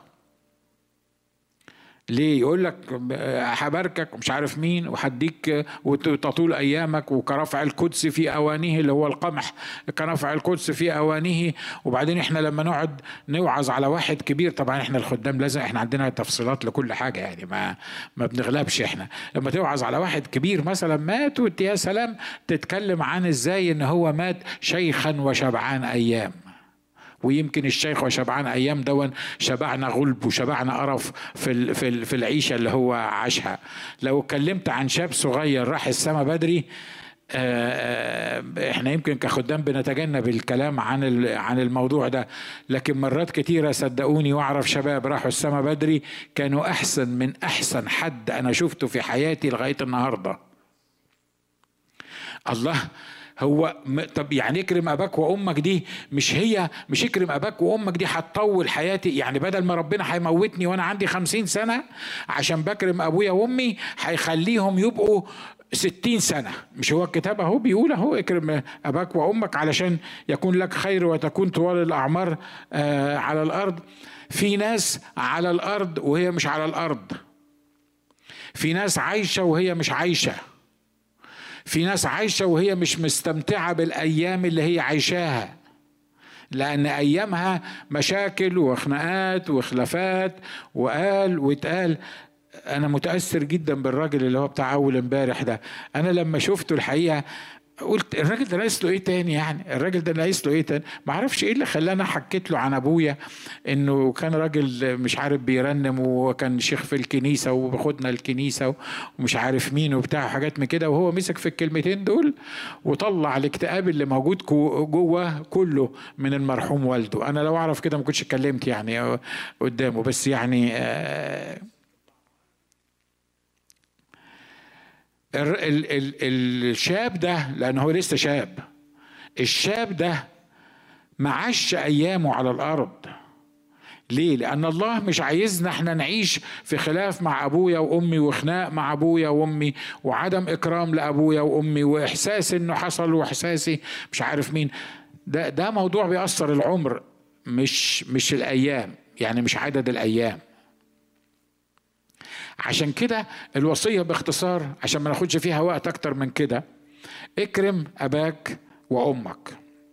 ليه؟ يقول لك هباركك ومش عارف مين وهديك وتطول أيامك، وكرفع القدس في أوانيه اللي هو القمح، كرفع القدس في أوانيه. وبعدين احنا لما نقعد نوعظ على واحد كبير، طبعا احنا الخدام لازم احنا عندنا تفصيلات لكل حاجة يعني ما ما بنغلبش. احنا لما توعظ على واحد كبير مثلا مات وانت يا سلام تتكلم عن ازاي ان هو مات شيخا وشبعان أيام. ويمكن الشيخ وشبعان ايام دون شبعنا غلب وشبعنا قرف في في في العيشه اللي هو عاشها. لو اتكلمت عن شاب صغير راح السما بدري، احنا يمكن كخدام بنتجنب الكلام عن عن الموضوع ده، لكن مرات كتيره صدقوني واعرف شباب راحوا السما بدري كانوا احسن من احسن حد انا شفته في حياتي لغايه النهارده. الله. هو طب يعني اكرم اباك وامك دي مش هي مش اكرم اباك وامك دي هتطول حياتي؟ يعني بدل ما ربنا هيموتني وانا عندي خمسين سنة عشان بكرم ابويا وامي هيخليهم يبقوا ستين سنة. مش هو الكتاب اهو بيقول اهو اكرم اباك وامك علشان يكون لك خير وتكون طوال الاعمار آه على الارض. في ناس على الارض وهي مش على الارض، في ناس عايشة وهي مش عايشة، في ناس عايشة وهي مش مستمتعة بالايام اللي هي عايشاها، لأن أيامها مشاكل وخناقات وخلافات وقال واتقال. أنا متأثر جدا بالراجل اللي هو بتاع أول امبارح ده. أنا لما شفته الحقيقة قلت الراجل ده ناقص له ايه تاني؟ يعني الراجل ده ناقص له ايه تاني؟ ما اعرفش ايه اللي خلاني حكيت له عن ابويا انه كان راجل مش عارف بيرنم وكان شيخ في الكنيسه وباخدنا الكنيسه ومش عارف مين وبتاع حاجات من كده، وهو مسك في الكلمتين دول وطلع الاكتئاب اللي موجود جوه كله من المرحوم والده. انا لو اعرف كده ما كنتش اتكلمت يعني قدامه، بس يعني آه ال ال الشاب ده، لأنه هو لسه شاب، الشاب ده ما عاش أيامه على الأرض. ليه؟ لأن الله مش عايزنا احنا نعيش في خلاف مع أبويا وأمي وخناق مع أبويا وأمي وعدم إكرام لأبويا وأمي وإحساس إنه حصل وإحساسي مش عارف مين. ده ده موضوع بيأثر العمر، مش مش الأيام، يعني مش عدد الأيام. عشان كده الوصية باختصار عشان ما ناخدش فيها وقت أكتر من كده: اكرم أباك وأمك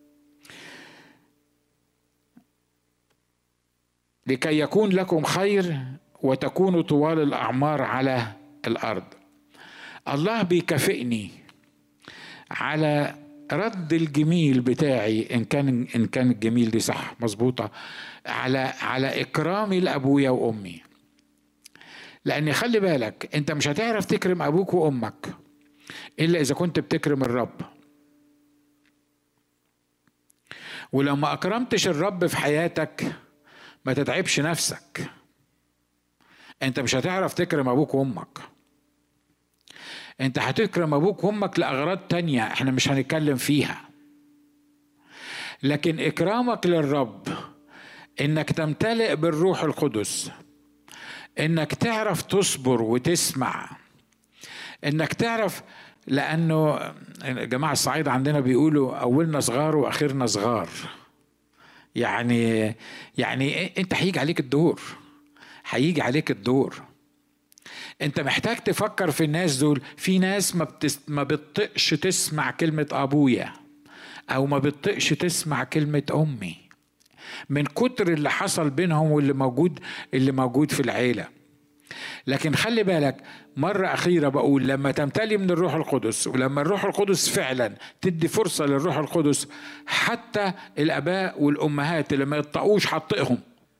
لكي يكون لكم خير وتكونوا طوال الأعمار على الأرض. الله بيكافئني على رد الجميل بتاعي، إن كان إن كان الجميل دي صح مظبوطة، على على إكرامي لأبويا وأمي. لأن خلي بالك أنت مش هتعرف تكرم أبوك وأمك إلا إذا كنت بتكرم الرب. ولو ما أكرمتش الرب في حياتك ما تتعبش نفسك، أنت مش هتعرف تكرم أبوك وأمك. أنت هتكرم أبوك وأمك لأغراض تانية إحنا مش هنتكلم فيها، لكن إكرامك للرب إنك تمتلئ بالروح القدس، إنك تعرف تصبر وتسمع، إنك تعرف. لأنه جماعة الصعيد عندنا بيقولوا أولنا صغار وآخرنا صغار. يعني يعني أنت هيجي عليك الدور، هيجي عليك الدور. أنت محتاج تفكر في الناس دول. في ناس ما بتس ما بتطقش تسمع كلمة أبويا أو ما بتطقش تسمع كلمة أمي من كتر اللي حصل بينهم واللي موجود اللي موجود في العيلة. لكن خلي بالك مرة أخيرة بقول، لما تمتلي من الروح القدس ولما الروح القدس فعلا تدي فرصة للروح القدس، حتى الآباء والأمهات اللي ما يطقوش هتطقهم.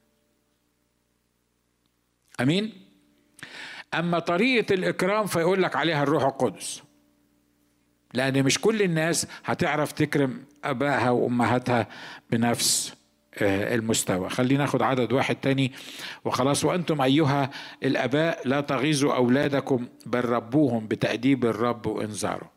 أمين؟ أما طريقة الإكرام فيقول لك عليها الروح القدس، لأن مش كل الناس هتعرف تكرم أبائها وأمهاتها بنفس المستوى. خلينا ناخد عدد واحد تاني وخلاص. وأنتم أيها الآباء لا تغيظوا أولادكم بل ربوهم بتأديب الرب وإنذاره.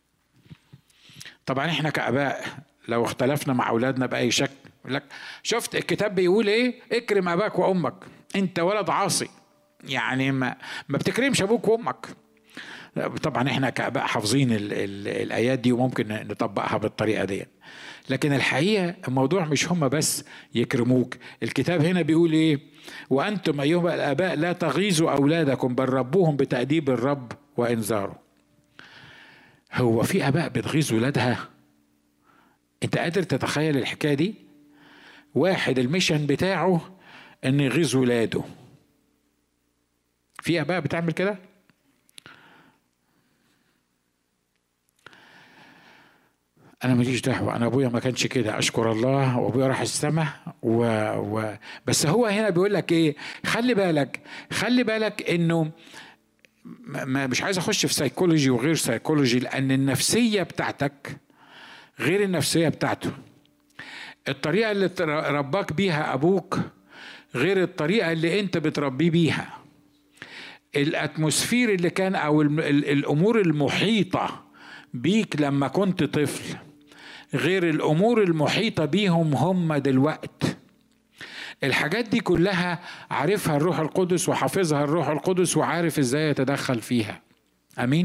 طبعا احنا كآباء لو اختلفنا مع أولادنا بأي شكل يقول لك شفت الكتاب بيقول ايه؟ اكرم أباك وأمك. انت ولد عاصي، يعني ما, ما بتكرمش أبوك وأمك. طبعا احنا كآباء حافظين ال ال الآيات دي وممكن نطبقها بالطريقة دي، لكن الحقيقة الموضوع مش هم بس يكرموك. الكتاب هنا بيقول ايه؟ وأنتم أيها الآباء لا تغيظوا أولادكم بل ربوهم بتأديب الرب وإنذاره. هو في آباء بتغيظ ولادها؟ انت قادر تتخيل الحكاية دي؟ واحد الميشن بتاعه ان يغيظ ولاده. في آباء بتعمل كده؟ أنا ماليش دعوة، أنا أبويا ما كانش كده أشكر الله، وأبويا راح السماء و... و... بس هو هنا بيقول لك إيه؟ خلي بالك خلي بالك إنه ما مش عايز أخش في سيكولوجي وغير سيكولوجي، لأن النفسية بتاعتك غير النفسية بتاعته. الطريقة اللي رباك بيها أبوك غير الطريقة اللي أنت بتربيه بيها. الأتموسفير اللي كان أو الأمور المحيطة بيك لما كنت طفل غير الأمور المحيطة بيهم هم دلوقت. الحاجات دي كلها عارفها الروح القدس وحافظها الروح القدس وعارف ازاي يتدخل فيها. أمين؟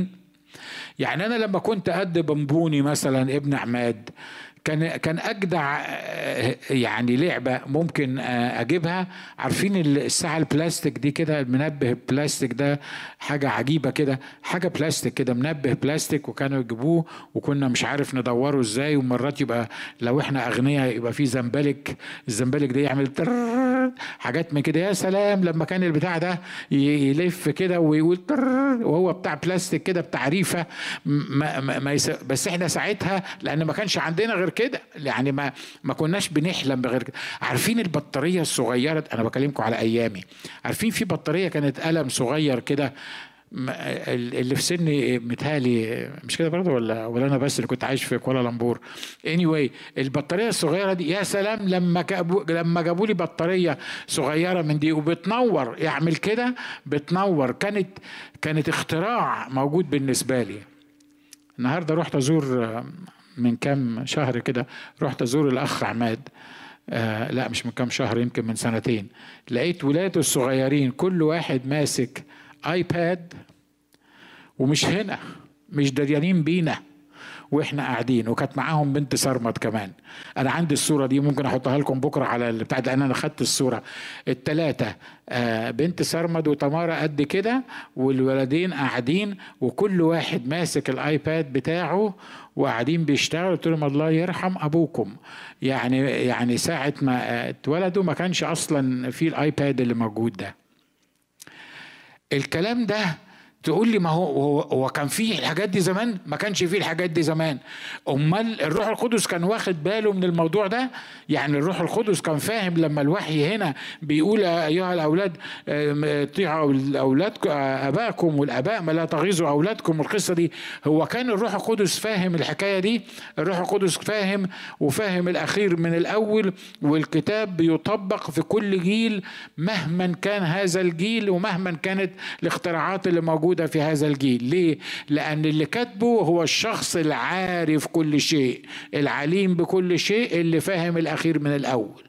يعني انا لما كنت قد بنبوني مثلا ابن عماد، كان كان اجدع يعني لعبه ممكن اجيبها. عارفين الساعه البلاستيك دي كده، المنبه البلاستيك ده حاجه عجيبه كده، حاجه بلاستيك كده، منبه بلاستيك، وكانوا يجيبوه وكنا مش عارف ندوره ازاي، ومرات يبقى لو احنا اغنياء يبقى فيه زنبلك، الزنبلك ده يعمل حاجات من كده. يا سلام لما كان البتاع ده يلف كده ويقول وهو بتاع بلاستيك كده بتاع ريفه. ما ما ما يس... بس احنا ساعتها لان ما كانش عندنا غير كده، يعني ما ما كناش بنحلم بغير كده. عارفين البطاريه الصغيره، انا بكلمكم على ايامي، عارفين في بطاريه كانت قلم صغير كده، اللي في سني متهالي مش كده برضه، ولا ولا انا بس اللي كنت عايش في كوالالمبور. anyway البطاريه الصغيره دي يا سلام لما جابوا لما جابوا لي بطاريه صغيره من دي وبتنور، يعمل كده بتنور، كانت كانت اختراع موجود بالنسبه لي. النهارده رحت ازور من كام شهر كده، رحت ازور الاخ عماد، آه لا مش من كام شهر، يمكن من سنتين. لقيت ولاده الصغيرين كل واحد ماسك ايباد، ومش هنا مش دريانين بينا واحنا قاعدين، وكانت معاهم بنت سرمد كمان. انا عندي الصوره دي ممكن احطها لكم بكره على البتاع ده، انا خدت الصوره الثلاثه، آه بنت سرمد وتمارا قد كده، والولدين قاعدين وكل واحد ماسك الايباد بتاعه وقاعدين بيشتغلوا. قلت لهم الله يرحم ابوكم، يعني يعني ساعه ما اتولدوا ما كانش اصلا في الايباد اللي موجود ده. الكلام ده تقول لي ما هو هو كان فيه الحاجات دي زمان؟ ما كانش فيه الحاجات دي زمان. امال الروح القدس كان واخد باله من الموضوع ده؟ يعني الروح القدس كان فاهم لما الوحي هنا بيقول ايها الاولاد اطيعوا اولادكم ابائكم والاباء ما لا تغيظوا اولادكم، القصه دي هو كان الروح القدس فاهم الحكايه دي؟ الروح القدس فاهم وفاهم الاخير من الاول، والكتاب بيطبق في كل جيل مهما كان هذا الجيل ومهما كانت الاختراعات اللي موجوده في هذا الجيل. ليه؟ لأن اللي كاتبه هو الشخص العارف كل شيء، العليم بكل شيء، اللي فاهم الأخير من الأول.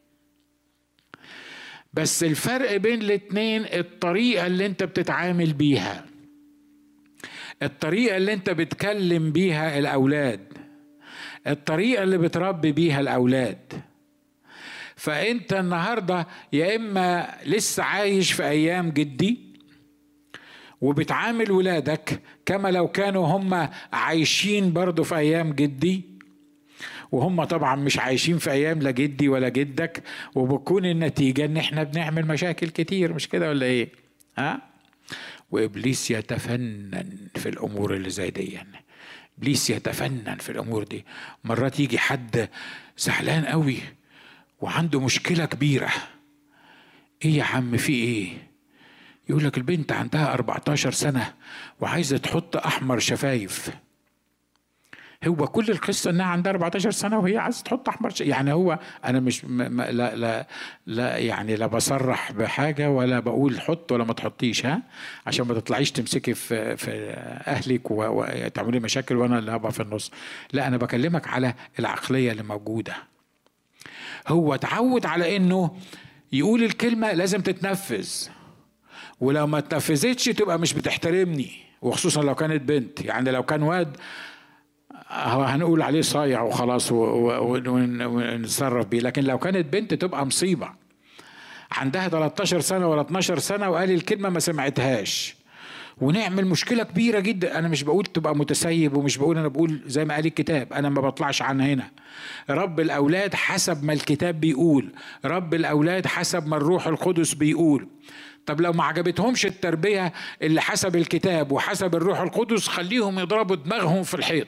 بس الفرق بين الاتنين الطريقة اللي انت بتتعامل بيها، الطريقة اللي انت بتكلم بيها الأولاد، الطريقة اللي بتربي بيها الأولاد. فأنت النهاردة يا إما لسه عايش في أيام جدي وبتعامل ولادك كما لو كانوا هم عايشين برضو في أيام جدي، وهم طبعا مش عايشين في أيام لا جدي ولا جدك، وبكون النتيجة ان احنا بنعمل مشاكل كتير، مش كده ولا ايه؟ ها؟ وإبليس يتفنن في الأمور اللي زي دي، يعني إبليس يتفنن في الأمور دي. مرات يجي حد زعلان قوي وعنده مشكلة كبيرة، ايه يا عم في ايه؟ يقول لك البنت عندها أربعتاشر سنة وعايزة تحط أحمر شفايف. هو كل القصة انها عندها أربعتاشر سنة وهي عايزة تحط أحمر شفايف. يعني هو أنا مش م... م... لا لا لا يعني لا بصرح بحاجة ولا بقول حط ولا ما تحطيش، ها، عشان ما تطلعيش تمسكي في في أهلك وتعملي مشاكل وأنا اللي هبقى في النص. لا أنا بكلمك على العقلية اللي موجودة. هو اتعود على إنه يقول الكلمة لازم تتنفذ، ولو ما اتنفذتش تبقى مش بتحترمني، وخصوصا لو كانت بنت. يعني لو كان واد هنقول عليه صايع وخلاص ونتصرف بيه، لكن لو كانت بنت تبقى مصيبة. عندها تلتاشر سنة ولا اتناشر سنة وقال الكلمة ما سمعتهاش، ونعمل مشكلة كبيرة جدا. أنا مش بقول تبقى متسيب، ومش بقول، أنا بقول زي ما قال الكتاب، أنا ما بطلعش عن هنا. رب الأولاد حسب ما الكتاب بيقول، رب الأولاد حسب ما الروح القدس بيقول. طب لو ما عجبتهمش التربية اللي حسب الكتاب وحسب الروح القدس، خليهم يضربوا دماغهم في الحيط.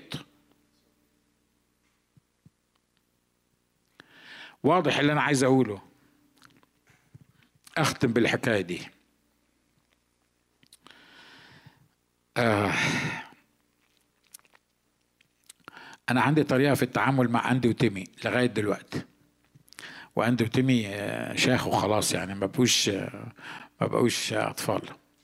واضح اللي أنا عايز أقوله؟ أختم بالحكاية دي. آه أنا عندي طريقة في التعامل مع أندي وتيمي لغاية دلوقتي، وأندي وتيمي شاخوا خلاص، يعني ما بقوش ما بقوش أطفال.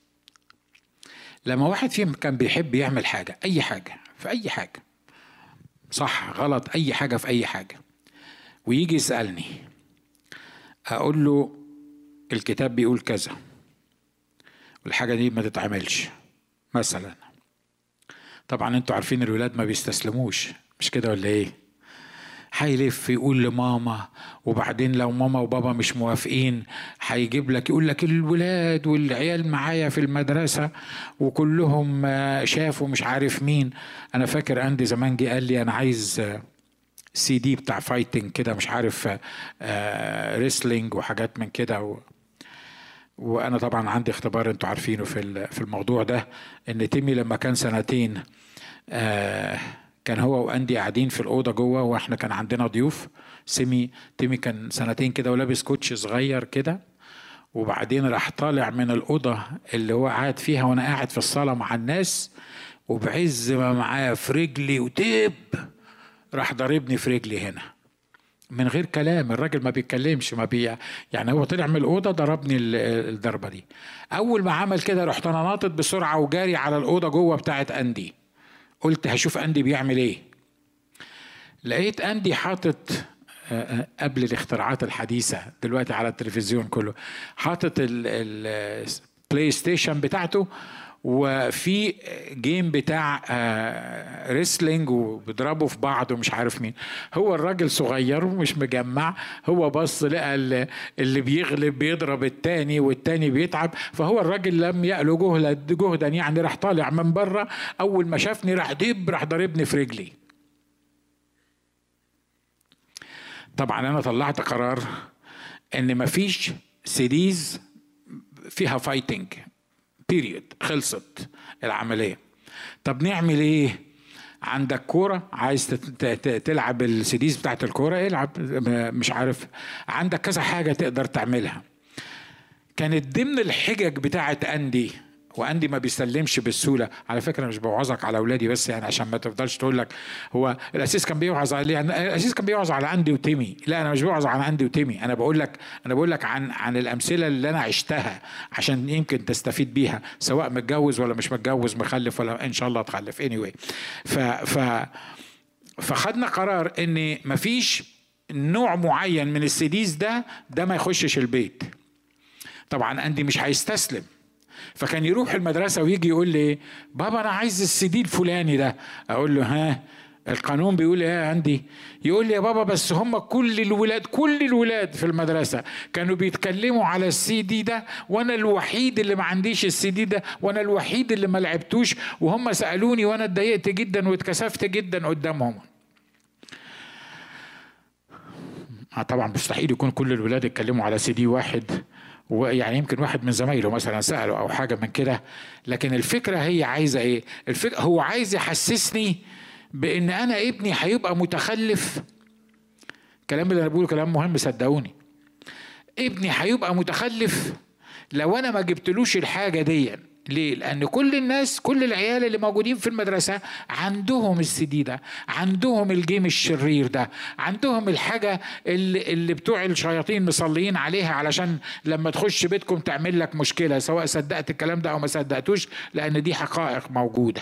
لما واحد فيهم كان بيحب يعمل حاجة، أي حاجة في أي حاجة، صح غلط أي حاجة في أي حاجة، ويجي يسألني أقول له الكتاب بيقول كذا والحاجة دي ما تتعملش مثلا، طبعا انتوا عارفين الولاد ما بيستسلموش، مش كده ولا ايه؟ هيلف يقول لماما، وبعدين لو ماما وبابا مش موافقين هيجيب لك يقول لك الولاد والعيال معايا في المدرسة وكلهم شافوا مش عارف مين. انا فاكر عندي زمان جه قال لي انا عايز سي دي بتاع فايتنج كده، مش عارف ريسلينج وحاجات من كده و... وانا طبعا عندي اختبار انتوا عارفينه في في الموضوع ده، ان تيمي لما كان سنتين آه كان هو واندي قاعدين في الاوضه جوه، واحنا كان عندنا ضيوف. سيمي تيمي كان سنتين كده ولابس كوتش صغير كده، وبعدين راح طالع من الاوضه اللي هو قاعد فيها وانا قاعد في الصاله مع الناس، وبعز ما معاه في رجلي وتب راح ضربني في رجلي هنا من غير كلام. الراجل ما بيتكلمش، ما بي يعني هو طلع من الاوضه ضربني الضربه دي. اول ما عمل كده رحت انا ناطط بسرعه وجاري على الاوضه جوه بتاعت اندي، قلت هشوف اندي بيعمل ايه. لقيت اندي حاطط قبل الاختراعات الحديثه دلوقتي على التلفزيون كله، حاطط البلاي ستيشن بتاعته وفي جيم بتاع ريسلينج وبيضربوا في بعض ومش عارف مين. هو الراجل صغير ومش مجمع، هو بص لقى اللي بيغلب بيضرب التاني والتاني بيتعب، فهو الراجل لم يألو جهدا جهدا يعني راح طالع من بره، اول ما شافني راح دب راح ضربني في رجلي. طبعا انا طلعت قرار ان مفيش سيريز فيها فايتنج بيريد، خلصت العملية. طب نعمل ايه؟ عندك كورة عايز تلعب السيريز بتاعت الكورة العب، مش عارف عندك كذا حاجة تقدر تعملها. كانت ضمن الحجج بتاعت أندي، واندي ما بيسلمش بالسهوله. على فكره مش بوعظك على اولادي بس يعني عشان ما تفضلش تقول لك هو الاسيس كان بيوعظ على يعني الاسيس كان بيوعظ على اندي وتيمي. لا انا مش بوعظ على اندي وتيمي، انا بقول لك انا بقول لك عن عن الامثله اللي انا عشتها عشان يمكن تستفيد بيها، سواء متجوز ولا مش متجوز، مخلف ولا ان شاء الله تخلف anyway. ف ف فخدنا قرار ان مفيش نوع معين من السيديز ده ده ما يخشش البيت. طبعا اندي مش هيستسلم، فكان يروح المدرسة ويجي يقول لي بابا أنا عايز السي دي الفلاني ده. أقول له ها القانون بيقول ايه عندي؟ يقول لي يا بابا بس هم كل الولاد كل الولاد في المدرسة كانوا بيتكلموا على السي دي ده، وانا الوحيد اللي ما عنديش السي دي ده، وانا الوحيد اللي ما لعبتوش، وهم سألوني وانا اتضايقت جدا واتكسفت جدا قدامهم. طبعا مستحيل يكون كل الولاد اتكلموا على سي دي واحد، ويعني يمكن واحد من زمايله مثلا سأله او حاجة من كده. لكن الفكرة هي عايزة ايه؟ الفكرة هو عايز يحسسني بان انا ابني هيبقى متخلف. الكلام اللي انا بقوله كلام مهم صدقوني. ابني هيبقى متخلف لو انا ما جبتلوش الحاجة دي. ليه؟ لأن كل الناس كل العيال اللي موجودين في المدرسة عندهم السي ده، عندهم الجيم الشرير ده، عندهم الحاجة اللي, اللي بتوع الشياطين مصلين عليها علشان لما تخش بيتكم تعمل لك مشكلة، سواء صدقت الكلام ده أو ما صدقتوش، لأن دي حقائق موجودة.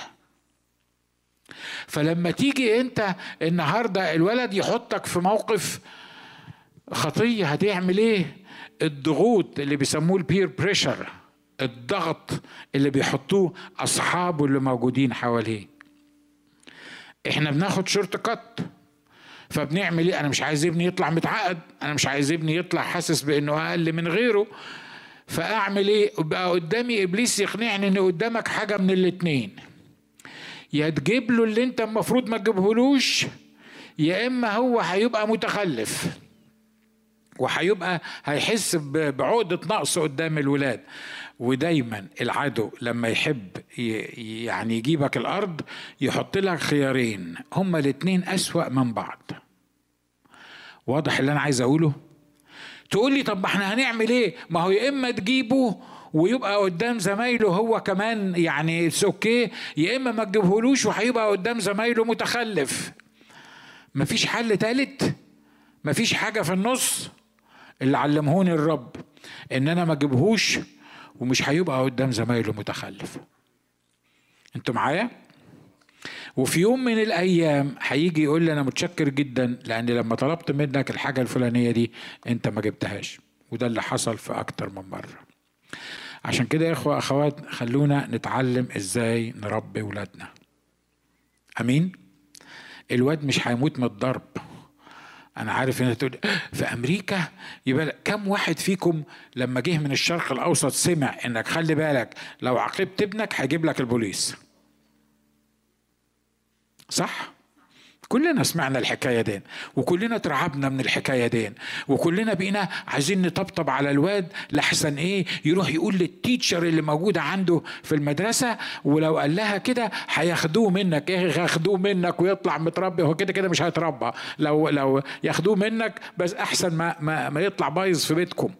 فلما تيجي أنت النهاردة الولد يحطك في موقف خطية، هتعمل إيه؟ الضغوط اللي بيسموه البير بريشر، الضغط اللي بيحطوه أصحابه اللي موجودين حواليه. إحنا بناخد شورت كات، فبنعمل إيه؟ أنا مش عايز ابني يطلع متعقد، أنا مش عايز ابني يطلع حاسس بأنه أقل من غيره، فأعمل إيه؟ بقى قدامي إبليس يقنعني إن قدامك حاجة من الاتنين، يا تجيب له اللي أنت المفروض ما تجيبهولوش، يا إما هو هيبقى متخلف وهيبقى هيحس بعقدة نقص قدام الولاد. ودايما العدو لما يحب يعني يجيبك الأرض يحط لك خيارين هما الاتنين أسوأ من بعض. واضح اللي أنا عايز أقوله؟ تقول لي طب ما احنا هنعمل ايه؟ ما هو يا إما تجيبه ويبقى قدام زمايله هو كمان يعني اوكي، يا إما ما تجيبهولوش وهيبقى قدام زمايله متخلف. مفيش حل تالت، مفيش حاجة في النص. اللي علمهوني الرب ان انا ما اجيبهوش ومش هيبقى قدام زمايله متخلف. انتوا معايا؟ وفي يوم من الايام هيجي يقول لي انا متشكر جدا لان لما طلبت منك الحاجة الفلانية دي انت ما جبتهاش. وده اللي حصل في اكتر من مرة. عشان كده يا اخوة اخوات خلونا نتعلم ازاي نربي ولادنا. امين. الواد مش هيموت من الضرب. انا عارف ان تقول في امريكا، يبقى كم واحد فيكم لما جه من الشرق الاوسط سمع انك خلي بالك لو عاقبت ابنك هيجيب لك البوليس؟ صح؟ كلنا سمعنا الحكاية دي، وكلنا ترعبنا من الحكاية دي، وكلنا بقينا عايزين نطبطب على الواد لحسن ايه يروح يقول للتيتشر اللي موجودة عنده في المدرسة، ولو قال لها كده هياخدوه منك. ايه ياخدوه منك ويطلع متربي؟ هو كده كده مش هيتربى. لو لو ياخدوه منك بس احسن ما ما, ما يطلع بايظ في بيتكم.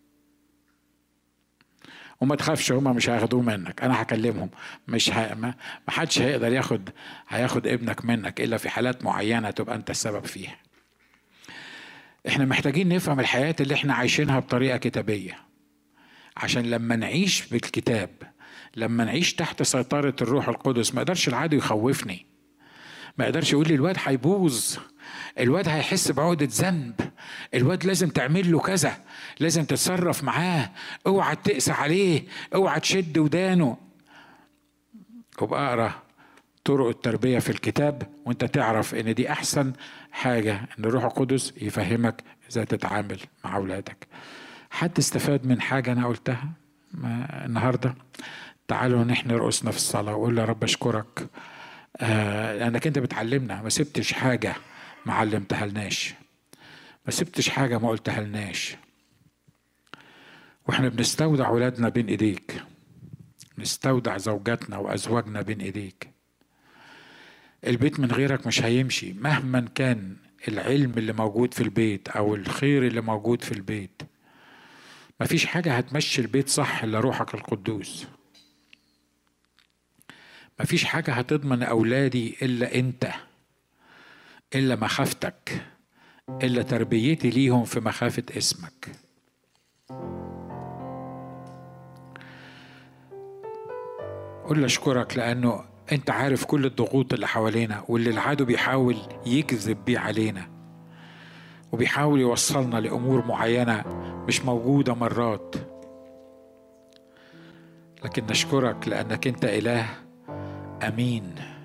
وما تخافش، هما مش هياخدوه منك، انا هكلمهم. مش ه... ما حدش هيقدر ياخد هياخد ابنك منك الا في حالات معينه تبقى انت السبب فيها. احنا محتاجين نفهم الحياه اللي احنا عايشينها بطريقه كتابيه، عشان لما نعيش بالكتاب، لما نعيش تحت سيطره الروح القدس، ما يقدرش العدو يخوفني، ما يقدرش يقول لي الواد هيبوظ، الواد هيحس بعقدة ذنب، الواد لازم تعمل له كذا، لازم تتصرف معاه، اوعى تقسى عليه، اوعى تشد ودانه. وبقى اقرا طرق التربية في الكتاب وانت تعرف ان دي احسن حاجة، ان الروح القدس يفهمك ازاي تتعامل مع اولادك. حد استفاد من حاجة انا قلتها النهاردة؟ تعالوا نحن رؤوسنا في الصلاة وقول يا رب اشكرك آه لانك انت بتعلمنا، ما سبتش حاجة ما علمتها لناش، ما سبتش حاجة ما قلتها لناش، واحنا بنستودع ولادنا بين ايديك، نستودع زوجاتنا وازواجنا بين ايديك. البيت من غيرك مش هيمشي مهما كان العلم اللي موجود في البيت او الخير اللي موجود في البيت. مفيش حاجة هتمشي البيت صح الا روحك القدوس. مفيش حاجة هتضمن اولادي الا انت، الا مخافتك، إلا تربيتي ليهم في مخافة اسمك. قل أشكرك لأنه أنت عارف كل الضغوط اللي حوالينا واللي العدو بيحاول يكذب بيه علينا، وبيحاول يوصلنا لأمور معينة مش موجودة مرات. لكن نشكرك لأنك أنت إله أمين،